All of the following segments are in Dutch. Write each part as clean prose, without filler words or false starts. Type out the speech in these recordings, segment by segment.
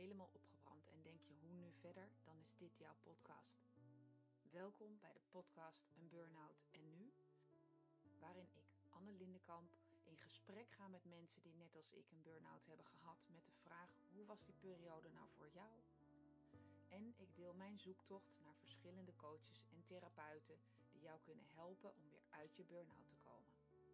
helemaal opgebrand en denk je hoe nu verder, dan is dit jouw podcast. Welkom bij de podcast Een Burn-out en Nu, waarin ik, Anne Lindenkamp, in gesprek ga met mensen die net als ik een burn-out hebben gehad met de vraag: hoe was die periode nou voor jou? En ik deel mijn zoektocht naar verschillende coaches en therapeuten die jou kunnen helpen om weer uit je burn-out te komen.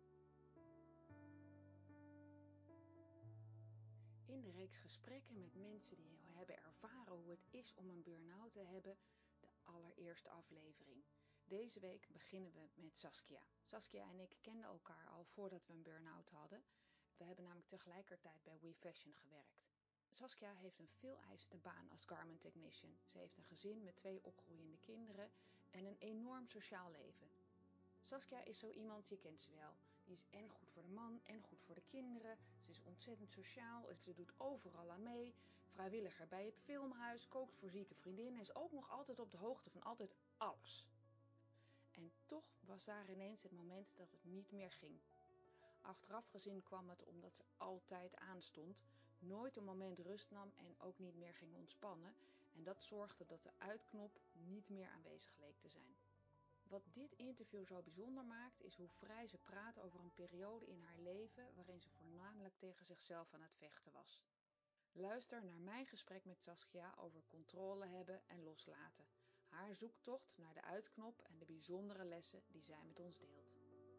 In de reeks gesprekken met mensen die hebben ervaren hoe het is om een burn-out te hebben, de allereerste aflevering. Deze week beginnen we met Saskia. Saskia en ik kenden elkaar al voordat we een burn-out hadden. We hebben namelijk tegelijkertijd bij WeFashion gewerkt. Saskia heeft een veeleisende baan als garment technician. Ze heeft een gezin met 2 opgroeiende kinderen en een enorm sociaal leven. Saskia is zo iemand, je kent ze wel. Die is en goed voor de man en goed voor de kinderen. Ze is ontzettend sociaal, ze doet overal aan mee. Vrijwilliger bij het filmhuis, kookt voor zieke vriendinnen en is ook nog altijd op de hoogte van altijd alles. En toch was daar ineens het moment dat het niet meer ging. Achteraf gezien kwam het omdat ze altijd aanstond, nooit een moment rust nam en ook niet meer ging ontspannen. En dat zorgde dat de uitknop niet meer aanwezig leek te zijn. Wat dit interview zo bijzonder maakt, is hoe vrij ze praat over een periode in haar leven waarin ze voornamelijk tegen zichzelf aan het vechten was. Luister naar mijn gesprek met Saskia over controle hebben en loslaten. Haar zoektocht naar de uitknop en de bijzondere lessen die zij met ons deelt.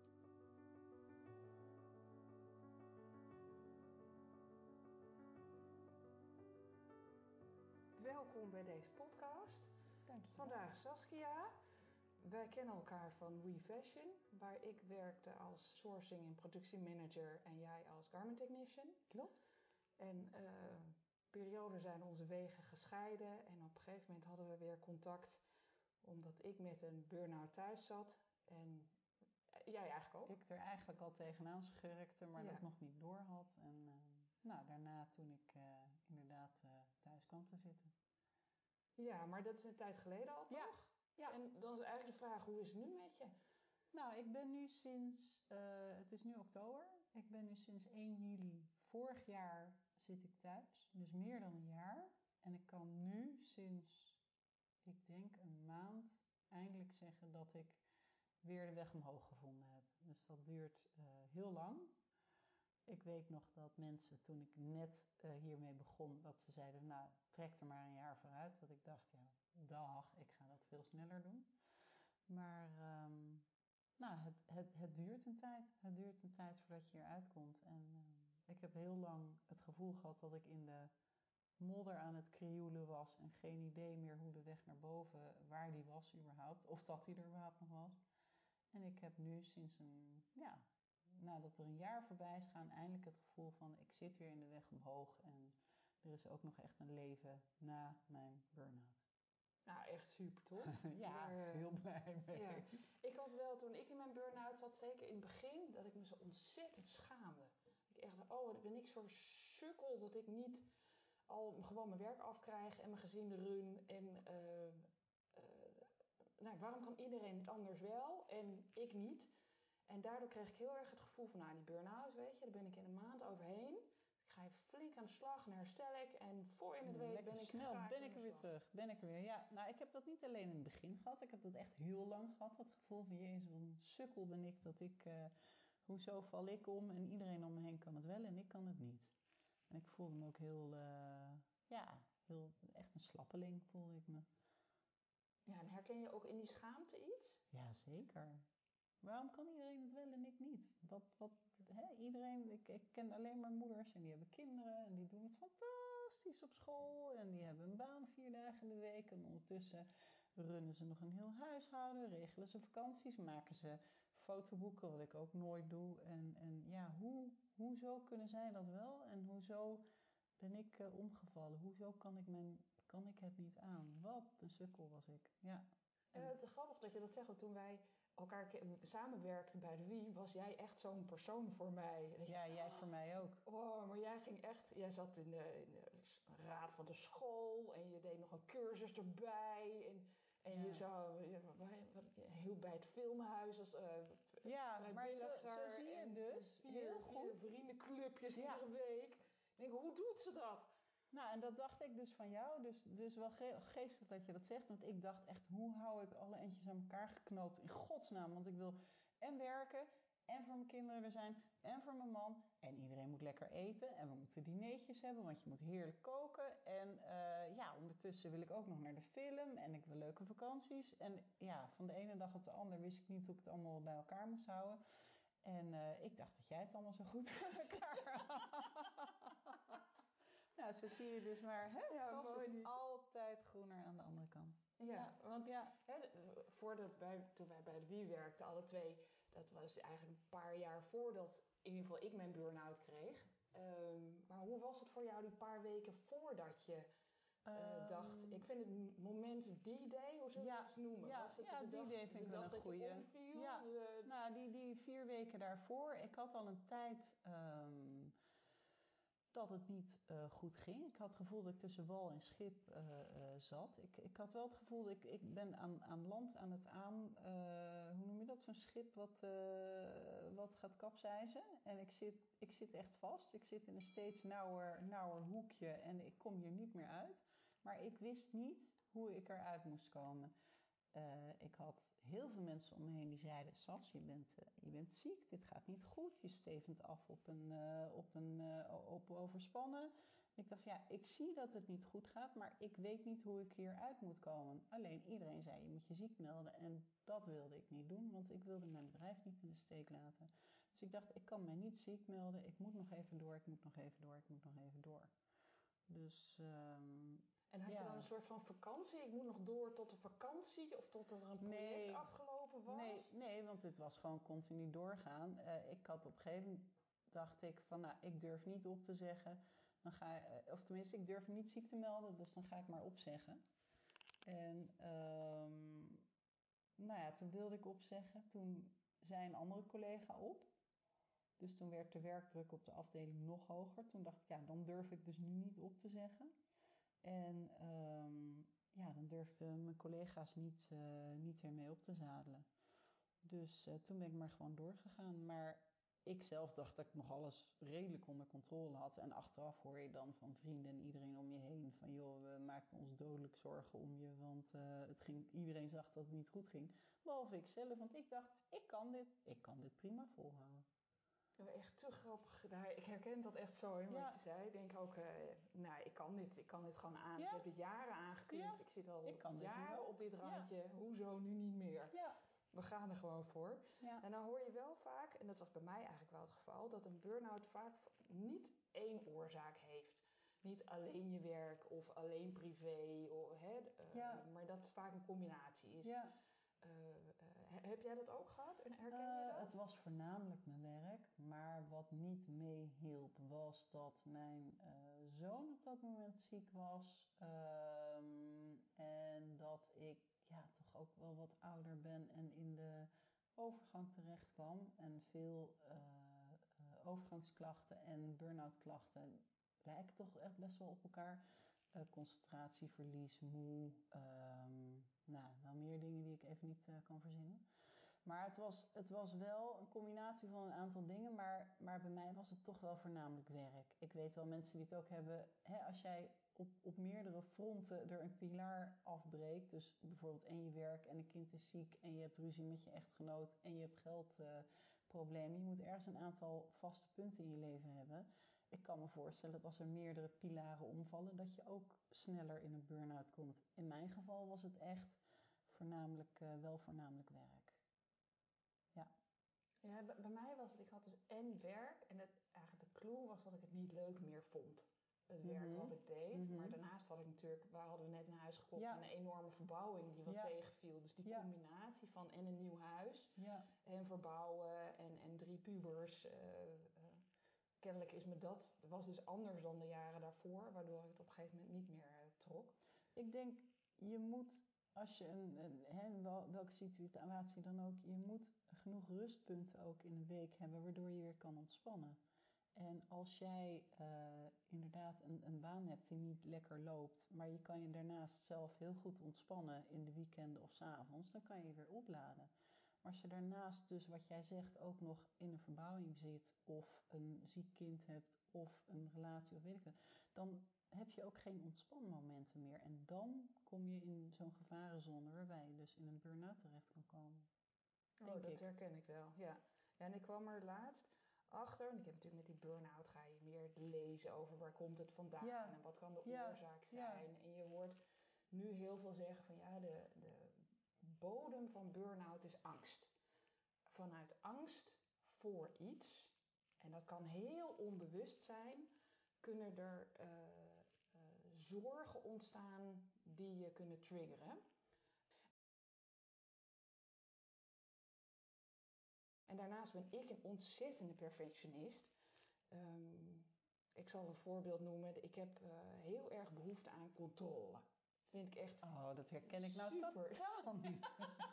Welkom bij deze podcast. Dankjewel. Vandaag Saskia. Wij kennen elkaar van WeFashion, waar ik werkte als sourcing en productiemanager en jij als garment technician. Klopt. En perioden zijn onze wegen gescheiden en op een gegeven moment hadden we weer contact omdat ik met een burn-out thuis zat en jij eigenlijk ook. Ik er eigenlijk al tegenaan schurkte, maar Ja. dat nog niet door had. En daarna toen ik inderdaad thuis kwam te zitten. Ja, maar dat is een tijd geleden al, Ja. toch? Ja. En dan is eigenlijk de vraag, hoe is het nu met je? Nou, ik ben nu sinds, het is nu oktober. Ik ben nu sinds 1 juli vorig jaar zit ik thuis. Dus meer dan een jaar. En ik kan nu sinds, ik denk een maand, eindelijk zeggen dat ik weer de weg omhoog gevonden heb. Dus dat duurt heel lang. Ik weet nog dat mensen, toen ik net hiermee begon, dat ze zeiden, nou, trek er maar een jaar vooruit. Dat ik dacht, ja, dag, ik ga dat veel sneller doen. Maar het duurt een tijd. Het duurt een tijd voordat je eruit komt. En ik heb heel lang het gevoel gehad dat ik in de modder aan het krioelen was en geen idee meer hoe de weg naar boven, waar die was überhaupt, of dat die er überhaupt nog was. En ik heb nu sinds nadat er een jaar voorbij is gaan, eindelijk het gevoel van ik zit weer in de weg omhoog en er is ook nog echt een leven na mijn burn-out. Nou, echt super tof. Ja, heel blij mee. Ja. Ik had wel, toen ik in mijn burn-out zat, zeker in het begin, dat ik me zo ontzettend schaamde. Ik echt dacht, oh, wat ben ik zo'n sukkel dat ik niet al gewoon mijn werk afkrijg en mijn gezin run. En waarom kan iedereen het anders wel en ik niet? En daardoor kreeg ik heel erg het gevoel van, die burn-out, weet je, daar ben ik in een maand overheen. Ik ga even flink aan de slag, dan herstel ik en voor je het weet ben ik snel ben ik er weer terug. Ben ik er weer. Ja, nou, ik heb dat niet alleen in het begin gehad. Ik heb dat echt heel lang gehad. Dat gevoel van, jezus, wat een sukkel ben ik. Dat ik, hoezo val ik om en iedereen om me heen kan het wel en ik kan het niet. En ik voelde me ook heel, echt een slappeling voelde ik me. Ja, en herken je ook in die schaamte iets? Ja, zeker. Waarom kan iedereen het wel en ik niet? Iedereen, ik ken alleen maar moeders en die hebben kinderen en die doen het fantastisch op school en die hebben een baan 4 dagen in de week en ondertussen runnen ze nog een heel huishouden, regelen ze vakanties, maken ze fotoboeken, wat ik ook nooit doe. En ja, hoezo kunnen zij dat wel en hoezo ben ik omgevallen? Hoezo kan ik het niet aan? Wat een sukkel was ik, ja. Het is grappig dat je dat zegt, want toen wij elkaar samenwerkten bij de Wie, was jij echt zo'n persoon voor mij. Ja, jij voor mij ook. Oh, maar jij zat in de raad van de school en je deed nog een cursus erbij. En je hielp bij het filmhuis als vrijwilliger. Maar zo zie je dus. Heel goed. Vriendenclubjes iedere week. Ik denk, hoe doet ze dat? Nou, en dat dacht ik dus van jou. Dus wel geestig dat je dat zegt. Want ik dacht echt, hoe hou ik alle eindjes aan elkaar geknoopt in godsnaam? Want ik wil en werken en voor mijn kinderen er zijn en voor mijn man. En iedereen moet lekker eten. En we moeten dineetjes hebben, want je moet heerlijk koken. En ondertussen wil ik ook nog naar de film. En ik wil leuke vakanties. En ja, van de ene dag op de andere wist ik niet hoe ik het allemaal bij elkaar moest houden. En ik dacht dat jij het allemaal zo goed voor elkaar had. Nou, zo zie je dus maar, het gras is niet altijd groener aan de andere kant. Want toen wij bij de Wie werkten, alle twee, dat was eigenlijk een paar jaar voordat in ieder geval ik mijn burn-out kreeg. Maar hoe was het voor jou die paar weken voordat je dacht, ik vind het moment D-Day, hoe zou je het noemen? Was het D-Day vind ik wel een goeie. Die 4 weken daarvoor, ik had al een tijd dat het niet goed ging. Ik had het gevoel dat ik tussen wal en schip zat. Ik had wel het gevoel dat ik ben aan land aan het hoe noem je dat? Zo'n schip wat gaat kapseizen. En ik zit echt vast. Ik zit in een steeds nauwer hoekje en ik kom hier niet meer uit. Maar ik wist niet hoe ik eruit moest komen. Ik had heel veel mensen om me heen die zeiden, Sas, je bent ziek, dit gaat niet goed, je stevend af op overspannen. Ik dacht, ik zie dat het niet goed gaat, maar ik weet niet hoe ik hieruit moet komen. Alleen iedereen zei, je moet je ziek melden en dat wilde ik niet doen, want ik wilde mijn bedrijf niet in de steek laten. Dus ik dacht, ik kan mij niet ziek melden, ik moet nog even door. Dus... En had je dan een soort van vakantie? Ik moet nog door tot de vakantie of tot er een project afgelopen was? Nee, want het was gewoon continu doorgaan. Ik had op een gegeven moment, dacht ik van, ik durf niet op te zeggen. Of tenminste, ik durf niet ziek te melden, dus dan ga ik maar opzeggen. En toen wilde ik opzeggen. Toen zei een andere collega op. Dus toen werd de werkdruk op de afdeling nog hoger. Toen dacht ik, dan durf ik dus nu niet op te zeggen. En dan durfden mijn collega's niet weer mee op te zadelen. Dus toen ben ik maar gewoon doorgegaan. Maar ik zelf dacht dat ik nog alles redelijk onder controle had. En achteraf hoor je dan van vrienden en iedereen om je heen van, joh, we maakten ons dodelijk zorgen om je. Want iedereen zag dat het niet goed ging. Behalve ik zelf, want ik dacht, ik kan dit prima volhouden. Echt te grappig. Ik herken dat echt zo in wat je zei. Ik denk ook, ik kan dit gewoon aan. Ik heb dit jaren aangekund. Ik zit al jaren op dit randje. Hoezo nu niet meer? We gaan er gewoon voor. En dan hoor je wel vaak, en dat was bij mij eigenlijk wel het geval, dat een burn-out vaak niet één oorzaak heeft. Niet alleen je werk of alleen privé, maar dat het vaak een combinatie is. Heb jij dat ook gehad en herken je dat? Het was voornamelijk mijn werk, maar wat niet meehielp was dat mijn zoon op dat moment ziek was. En dat ik toch ook wel wat ouder ben en in de overgang terecht kwam. En veel overgangsklachten en burn-out klachten lijken toch echt best wel op elkaar. Concentratieverlies, moe, wel meer dingen die ik even niet kan verzinnen. Maar het was wel een combinatie van een aantal dingen, maar bij mij was het toch wel voornamelijk werk. Ik weet wel mensen die het ook hebben, als jij op meerdere fronten er een pilaar afbreekt, dus bijvoorbeeld en je werk en een kind is ziek en je hebt ruzie met je echtgenoot en je hebt geldproblemen, je moet ergens een aantal vaste punten in je leven hebben. Ik kan me voorstellen dat als er meerdere pilaren omvallen, dat je ook sneller in een burn-out komt. In mijn geval was het echt voornamelijk werk. Ja, bij mij was het, ik had dus en werk en eigenlijk de clue was dat ik het niet leuk meer vond. Het werk wat ik deed. Maar daarnaast had ik natuurlijk, waar hadden we net een huis gekocht en een enorme verbouwing die wat tegenviel. Dus die combinatie van en een nieuw huis en verbouwen en 3 pubers. Kennelijk is me dat was dus anders dan de jaren daarvoor, waardoor ik het op een gegeven moment niet meer trok. Ik denk, je moet, als je welke situatie dan ook, je moet genoeg rustpunten ook in een week hebben, waardoor je weer kan ontspannen. En als jij inderdaad een baan hebt die niet lekker loopt, maar je kan je daarnaast zelf heel goed ontspannen in de weekenden of 's avonds, dan kan je weer opladen. Maar als je daarnaast dus, wat jij zegt, ook nog in een verbouwing zit, of een ziek kind hebt, of een relatie, of weet ik wat, dan heb je ook geen ontspanmomenten meer. En dan kom je in zo'n gevarenzone waarbij je dus in een burn-out terecht kan komen. Dat herken ik wel, ja. En ik kwam er laatst achter, en ik heb natuurlijk met die burn-out ga je meer lezen over waar komt het vandaan en wat kan de oorzaak zijn. En je hoort nu heel veel zeggen van de bodem van burn-out is angst. Vanuit angst voor iets, en dat kan heel onbewust zijn, kunnen er zorgen ontstaan die je kunnen triggeren. En daarnaast ben ik een ontzettende perfectionist. Ik zal een voorbeeld noemen. Ik heb heel erg behoefte aan controle. Vind ik echt. Oh, dat herken ik nou totaal niet.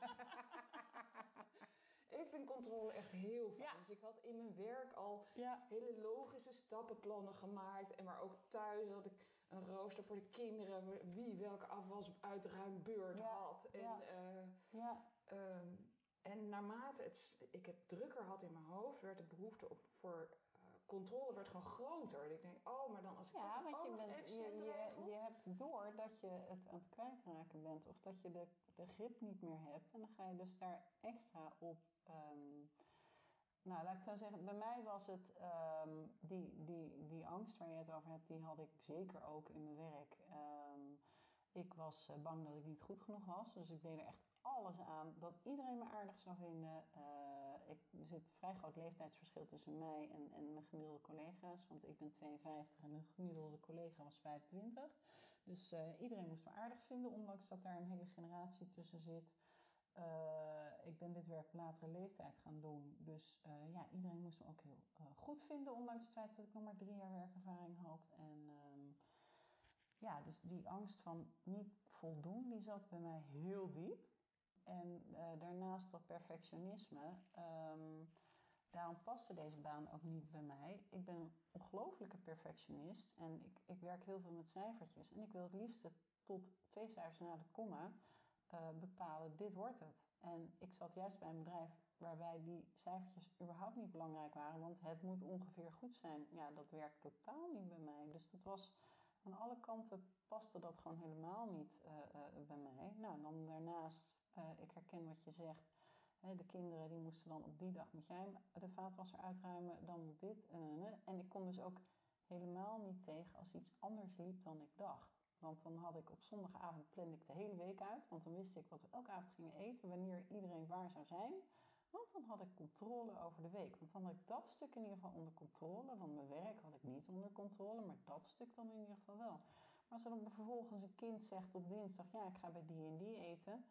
Ik vind controle echt heel fijn. Ja. Dus ik had in mijn werk al hele logische stappenplannen gemaakt. Maar ook thuis had ik een rooster voor de kinderen. Wie welke afwasuitruimbeurt had. En naarmate ik het drukker had in mijn hoofd, werd de behoefte voor controle werd gewoon groter. Ik denk, maar dan als ik dat ook nog efficiënt regel. Je hebt door dat je het aan het kwijtraken bent. Of dat je de grip niet meer hebt. En dan ga je dus daar extra op. Laat ik zo zeggen. Bij mij was het die angst waar je het over hebt. Die had ik zeker ook in mijn werk. Ik was bang dat ik niet goed genoeg was. Dus ik deed er echt alles aan dat iedereen me aardig zou vinden. Er zit een vrij groot leeftijdsverschil tussen mij en mijn gemiddelde collega's. Want ik ben 52 en een gemiddelde collega was 25. Dus iedereen moest me aardig vinden, ondanks dat daar een hele generatie tussen zit. Ik ben dit werk op latere leeftijd gaan doen. Dus iedereen moest me ook heel goed vinden, ondanks het feit dat ik nog maar 3 jaar werkervaring had. En dus die angst van niet voldoen, die zat bij mij heel diep. En daarnaast dat perfectionisme. Daarom paste deze baan ook niet bij mij. Ik ben een ongelofelijke perfectionist. En ik werk heel veel met cijfertjes. En ik wil het liefste tot 2 cijfers na de komma bepalen, dit wordt het. En ik zat juist bij een bedrijf waarbij die cijfertjes überhaupt niet belangrijk waren. Want het moet ongeveer goed zijn. Ja, dat werkt totaal niet bij mij. Dus dat was aan alle kanten paste dat gewoon helemaal niet bij mij. Nou, dan daarnaast, ik herken wat je zegt. De kinderen die moesten dan op die dag, moet jij de vaatwasser uitruimen, dan moet dit. En ik kon dus ook helemaal niet tegen als iets anders liep dan ik dacht. Want dan had ik op zondagavond plande ik de hele week uit. Want dan wist ik wat we elke avond gingen eten, wanneer iedereen waar zou zijn. Want dan had ik controle over de week. Want dan had ik dat stuk in ieder geval onder controle. Want mijn werk had ik niet onder controle, maar dat stuk dan in ieder geval wel. Maar als er dan vervolgens een kind zegt op dinsdag, ja, ik ga bij die en die eten.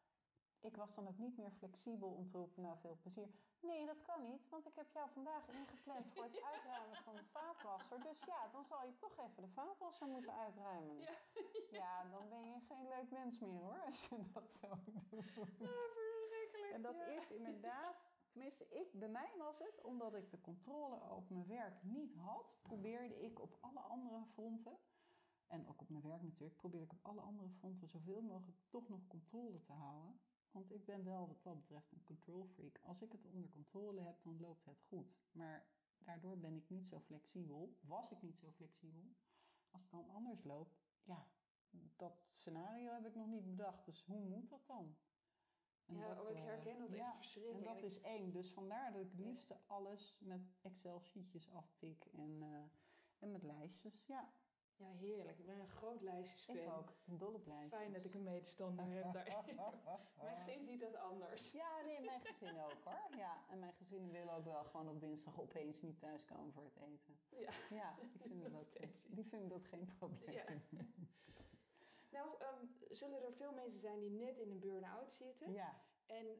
Ik was dan ook niet meer flexibel om te roepen, nou, veel plezier. Nee, dat kan niet, want ik heb jou vandaag ingepland voor het uitruimen van de vaatwasser. Dus ja, dan zal je toch even de vaatwasser moeten uitruimen. Ja, dan ben je geen leuk mens meer hoor, als je dat zo doet. Ja, verschrikkelijk. En dat is inderdaad, tenminste bij mij was het, omdat ik de controle over mijn werk niet had, probeerde ik op alle andere fronten, en ook op mijn werk natuurlijk, probeerde ik op alle andere fronten zoveel mogelijk toch nog controle te houden. Want ik ben wel wat dat betreft een control freak. Als ik het onder controle heb, dan loopt het goed. Maar daardoor ben ik niet zo flexibel. Was ik niet zo flexibel. Als het dan anders loopt, ja, dat scenario heb ik nog niet bedacht. Dus hoe moet dat dan? En ik herken dat echt verschrikkelijk. En dat is eng. Dus vandaar dat ik het liefste alles met Excel-sheetjes aftik en met lijstjes. Ja. Ja, heerlijk. Ik ben een groot lijstjesfan. Ik ook, dol op lijstjes. Fijn dat ik een medestander heb daar. Mijn gezin ziet dat anders. Ja, nee, mijn gezin ook hoor. Ja, en mijn gezin wil ook wel gewoon op dinsdag opeens niet thuiskomen voor het eten. Ja, die vinden dat geen probleem. Ja. Nou, zullen er veel mensen zijn die net in een burn-out zitten. Ja. En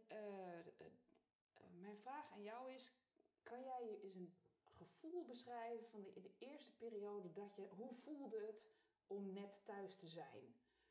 mijn vraag aan jou is, kan jij je eens een gevoel beschrijven van de eerste periode hoe voelde het om net thuis te zijn?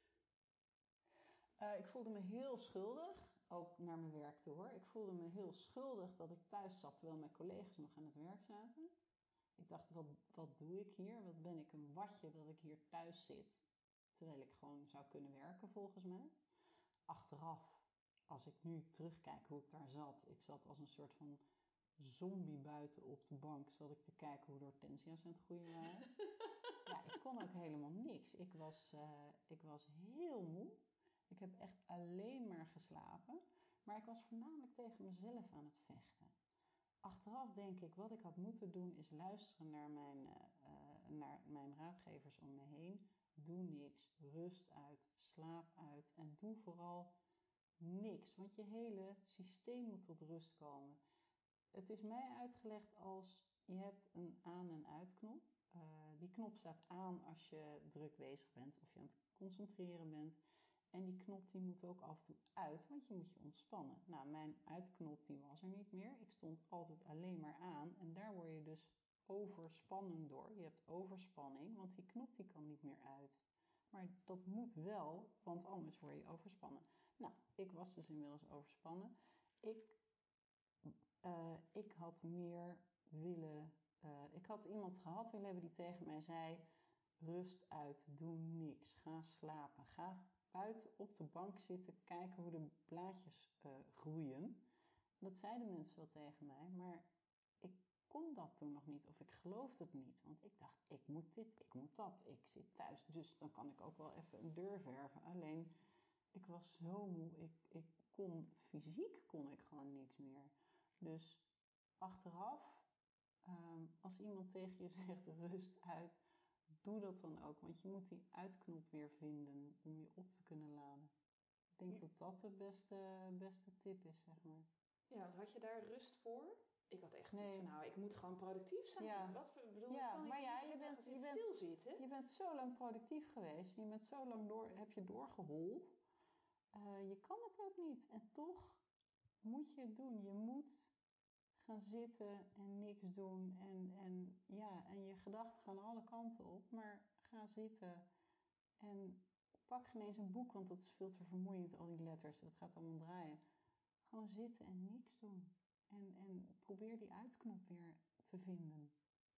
Ik voelde me heel schuldig, ook naar mijn werk toe hoor. Ik voelde me heel schuldig dat ik thuis zat terwijl mijn collega's nog aan het werk zaten. Ik dacht, wat doe ik hier? Wat ben ik een watje dat ik hier thuis zit, terwijl ik gewoon zou kunnen werken volgens mij. Achteraf, als ik nu terugkijk hoe ik daar zat, ik zat als een soort van zombie buiten op de bank, zat ik te kijken hoe de hortensia's aan het groeien waren. Ja, ik kon ook helemaal niks. Ik was heel moe. Ik heb echt alleen maar geslapen. Maar ik was voornamelijk tegen mezelf aan het vechten. Achteraf denk ik, wat ik had moeten doen, is luisteren naar mijn raadgevers om me heen. Doe niks, rust uit, slaap uit en doe vooral niks. Want je hele systeem moet tot rust komen. Het is mij uitgelegd als je hebt een aan- en uitknop. Die knop staat aan als je druk bezig bent of je aan het concentreren bent. En die knop die moet ook af en toe uit, want je moet je ontspannen. Nou, mijn uitknop die was er niet meer. Ik stond altijd alleen maar aan en daar word je dus overspannen door. Je hebt overspanning, want die knop die kan niet meer uit. Maar dat moet wel, want anders word je overspannen. Nou, ik was dus inmiddels overspannen. Ik had meer willen... ik had iemand gehad willen hebben die tegen mij zei... Rust uit, doe niks, ga slapen. Ga buiten op de bank zitten, kijken hoe de blaadjes groeien. Dat zeiden mensen wel tegen mij, maar ik kon dat toen nog niet. Of ik geloofde het niet, want ik dacht, ik moet dit, ik moet dat. Ik zit thuis, dus dan kan ik ook wel even een deur verven. Alleen, ik was zo moe, fysiek kon ik gewoon niks meer. Dus achteraf, als iemand tegen je zegt rust uit, doe dat dan ook. Want je moet die uitknop weer vinden om je op te kunnen laden. Ik denk dat dat de beste tip is, zeg maar. Ja, want had je daar rust voor? Ik had echt iets van, nou, ik moet gewoon productief zijn. Ja. Wat bedoel, ik kan niet stilzitten. Je bent zo lang productief geweest. Je bent zo lang heb je doorgehold. Je kan het ook niet. En toch moet je het doen. Je moet gaan zitten en niks doen. En je gedachten gaan alle kanten op. Maar ga zitten en pak geen eens een boek, want dat is veel te vermoeiend, al die letters. Dat gaat allemaal draaien. Gewoon zitten en niks doen. En probeer die uitknop weer te vinden.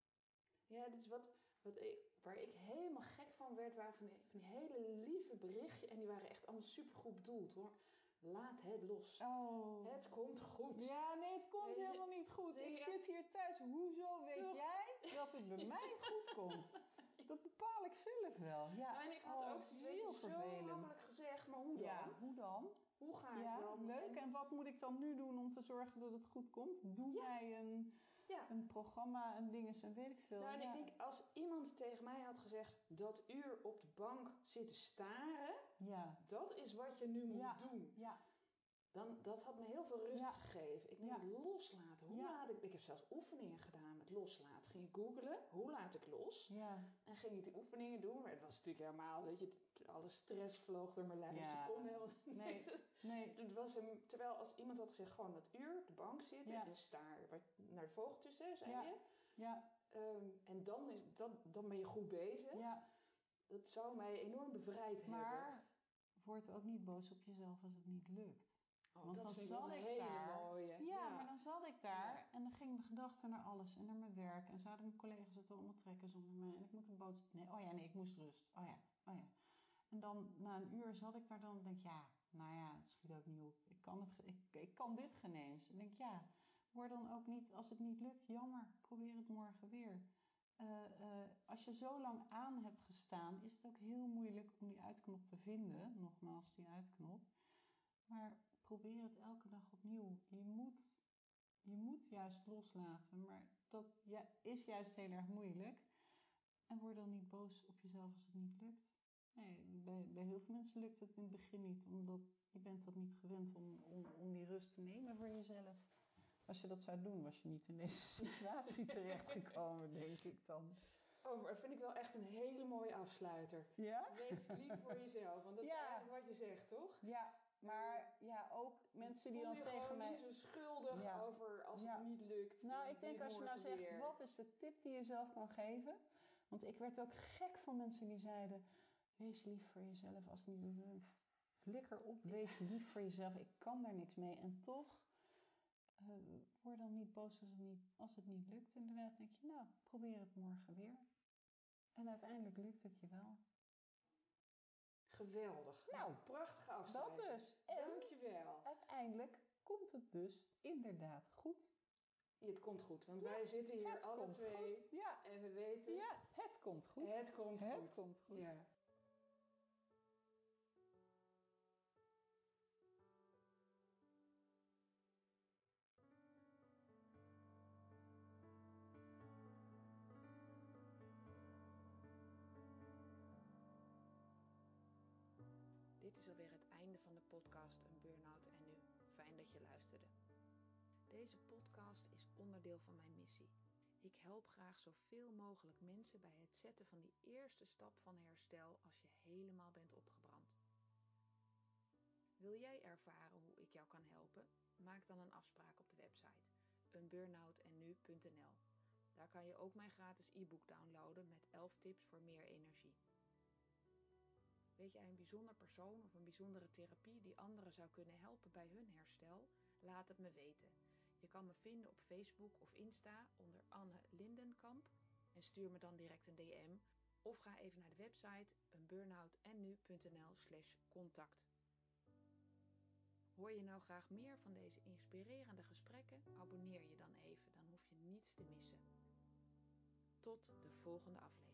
Ja, dit is waar ik helemaal gek van werd, waren van die hele lieve berichtjes. En die waren echt allemaal supergoed bedoeld, hoor. Laat het los. Oh. Het komt goed. Ja, nee, het komt helemaal niet goed. Ik zit hier thuis. Hoezo weet jij dat het bij mij goed komt? Dat bepaal ik zelf wel. Ja. Nou, en ik had ook zoiets, zo makkelijk gezegd, maar hoe dan? Ja, hoe dan? Hoe ga ik dan? Leuk. En wat moet ik dan nu doen om te zorgen dat het goed komt? Doe mij een programma, een dinges en weet ik veel. Nou, en ik denk, als iemand tegen mij had gezegd, dat uur op de bank zitten staren, dat is wat je nu moet doen. Ja. Dan, dat had me heel veel rust gegeven. Ik denk, loslaten. Hoe laat ik heb zelfs oefeningen gedaan met loslaten. Ging googlen, hoe laat ik los? Ja. En ging ik die oefeningen doen. Maar het was natuurlijk helemaal, weet je, alle stress vloog door mijn lijf. Ja. Dus ik kon helemaal Nee. Het was terwijl als iemand had gezegd, gewoon dat uur op de bank zitten en staar naar de vogeltjes, zei je. Ja. En dan ben je goed bezig. Ja. Dat zou mij enorm bevrijd hebben. Maar word ook niet boos op jezelf als het niet lukt. Oh, want dan zat ik daar. Mooie. Ja, maar dan zat ik daar en dan gingen mijn gedachten naar alles en naar mijn werk. En zouden mijn collega's het allemaal trekken zonder mij. En ik moet een boodschap. Nee, ik moest rust. Oh ja. En dan na een uur zat ik daar dan en denk het schiet ook niet op. Ik kan dit geen eens. En denk word dan ook niet, als het niet lukt, jammer. Probeer het morgen weer. Als je zo lang aan hebt gestaan, is het ook heel moeilijk om die uitknop te vinden. Nogmaals, die uitknop. Maar probeer het elke dag opnieuw. Je moet juist loslaten, maar dat is juist heel erg moeilijk. En word dan niet boos op jezelf als het niet lukt. Nee, bij heel veel mensen lukt het in het begin niet, omdat je bent dat niet gewend om die rust te nemen voor jezelf. Als je dat zou doen, was je niet in deze situatie terechtgekomen, denk ik dan. Oh, maar dat vind ik wel echt een hele mooie afsluiter. Ja? Wees lief voor jezelf, want dat is eigenlijk wat je zegt, toch? Ja, maar ook mensen die dan tegen mij... Voel je niet zo schuldig over als het niet lukt. Nou, ik denk als je nou zegt, wat is de tip die je zelf kan geven? Want ik werd ook gek van mensen die zeiden, wees lief voor jezelf. Als het niet flikker op, wees lief voor jezelf. Ik kan daar niks mee. En toch... word dan niet boos als het niet lukt. Inderdaad denk je, probeer het morgen weer. En uiteindelijk lukt het je wel. Geweldig. Nou, prachtige afsluiting. Dat dus. En dankjewel. Uiteindelijk komt het dus inderdaad goed. Het komt goed, want wij zitten hier alle twee goed. Ja. En we weten... Ja, het komt goed. Het komt goed. Het komt goed. Ja. Dit is alweer het einde van de podcast Een Burn-out en Nu. Fijn dat je luisterde. Deze podcast is onderdeel van mijn missie. Ik help graag zoveel mogelijk mensen bij het zetten van die eerste stap van herstel als je helemaal bent opgebrand. Wil jij ervaren hoe ik jou kan helpen? Maak dan een afspraak op de website eenburnoutennu.nl. Daar kan je ook mijn gratis e-book downloaden met 11 tips voor meer energie. Weet jij een bijzonder persoon of een bijzondere therapie die anderen zou kunnen helpen bij hun herstel? Laat het me weten. Je kan me vinden op Facebook of Insta onder Anne Lindenkamp en stuur me dan direct een DM of ga even naar de website eenburnoutennu.nl/contact. Hoor je nou graag meer van deze inspirerende gesprekken? Abonneer je dan even, dan hoef je niets te missen. Tot de volgende aflevering.